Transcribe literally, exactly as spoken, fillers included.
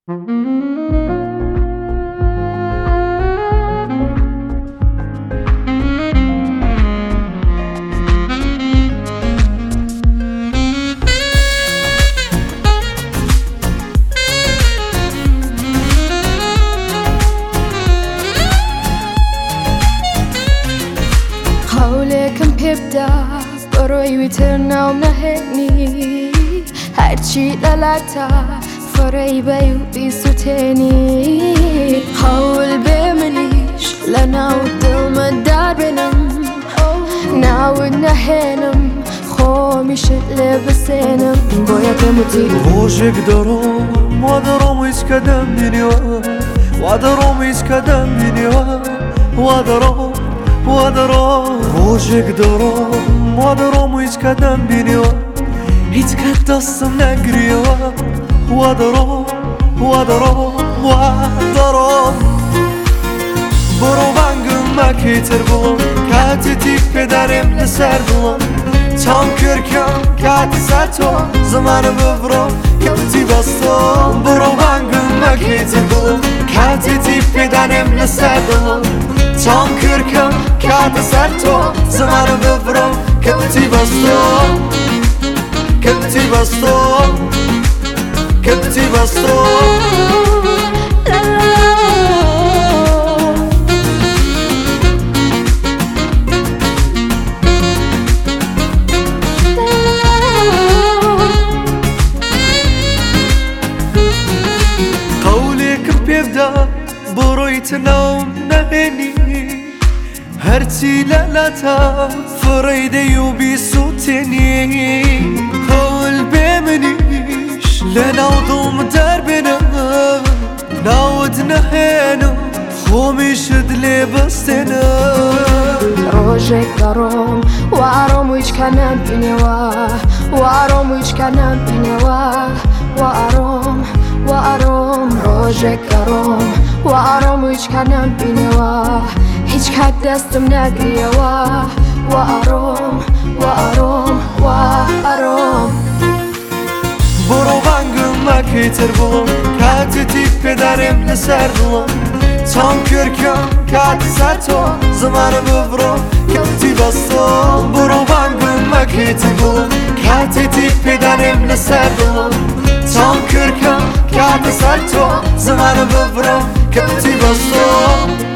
حولكم بيبدأ بروي ويترنا ومنهني هرچی لالتا فرای بیو بیستنی حول بملیش لناود دل من دار بنم ناود نهنم خومیش لبسنم باید بموتی روزك دارم و دارم ایش کدم بینیو و دارم ایش کدم بینیو و دارم و دارم روزك دارم و دارم ایش کدم بینیو هیچ کد دستم نگریو و دارم و دارم و دارم برو بنگم مکیتر بولم کتی تیپ بدرم لسر بولم چام کرکم کتی سر تو زمان ببرم کتی بستم برو بنگم مکیتر بولم کتی تیپ بدرم لسر بولم چام کرکم کتی سر تو زمان ببرم کتی بستم کتی بستم کتی بستم بروی تنام نهنی هرچی لالتا فریده یو بی سوتنی کل بمنیش لناودم در بنام ناود نهنم خومیش دل بستنم روزك دارم و آرام ویچ کنم بینیوا و آرام ویچ کنم بینیوا و آرام و آرام روزك دارم و آرام ویچ کنم بینیوا هیچ کد دستم نگریوا و آرام و آرام و آرام برو بنگم مکیتر بولم کتی تیپ بدرم لسر بولم چام کرکم کتی سر تو زمان ببرم کتی بستم برو بنگم مکیتر بولم کتی تیپ بدرم لسر بولم چام کرکم کتی سر تو زمان ببرم کتی بستم